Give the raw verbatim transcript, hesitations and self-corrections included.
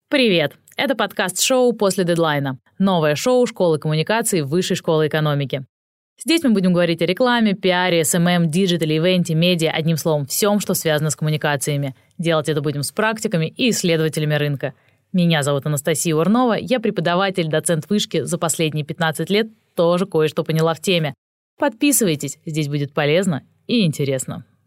Привет! Это подкаст-шоу «После дедлайна». Новое шоу школы коммуникаций Высшей школы экономики. Здесь мы будем говорить о рекламе, пиаре, эс эм эм, диджитале, ивенте, медиа, одним словом, всем, что связано с коммуникациями. Делать это будем с практиками и исследователями рынка. Меня зовут Анастасия Урнова, я преподаватель, доцент вышки, за последние пятнадцать лет тоже кое-что поняла в теме. Подписывайтесь, здесь будет полезно и интересно.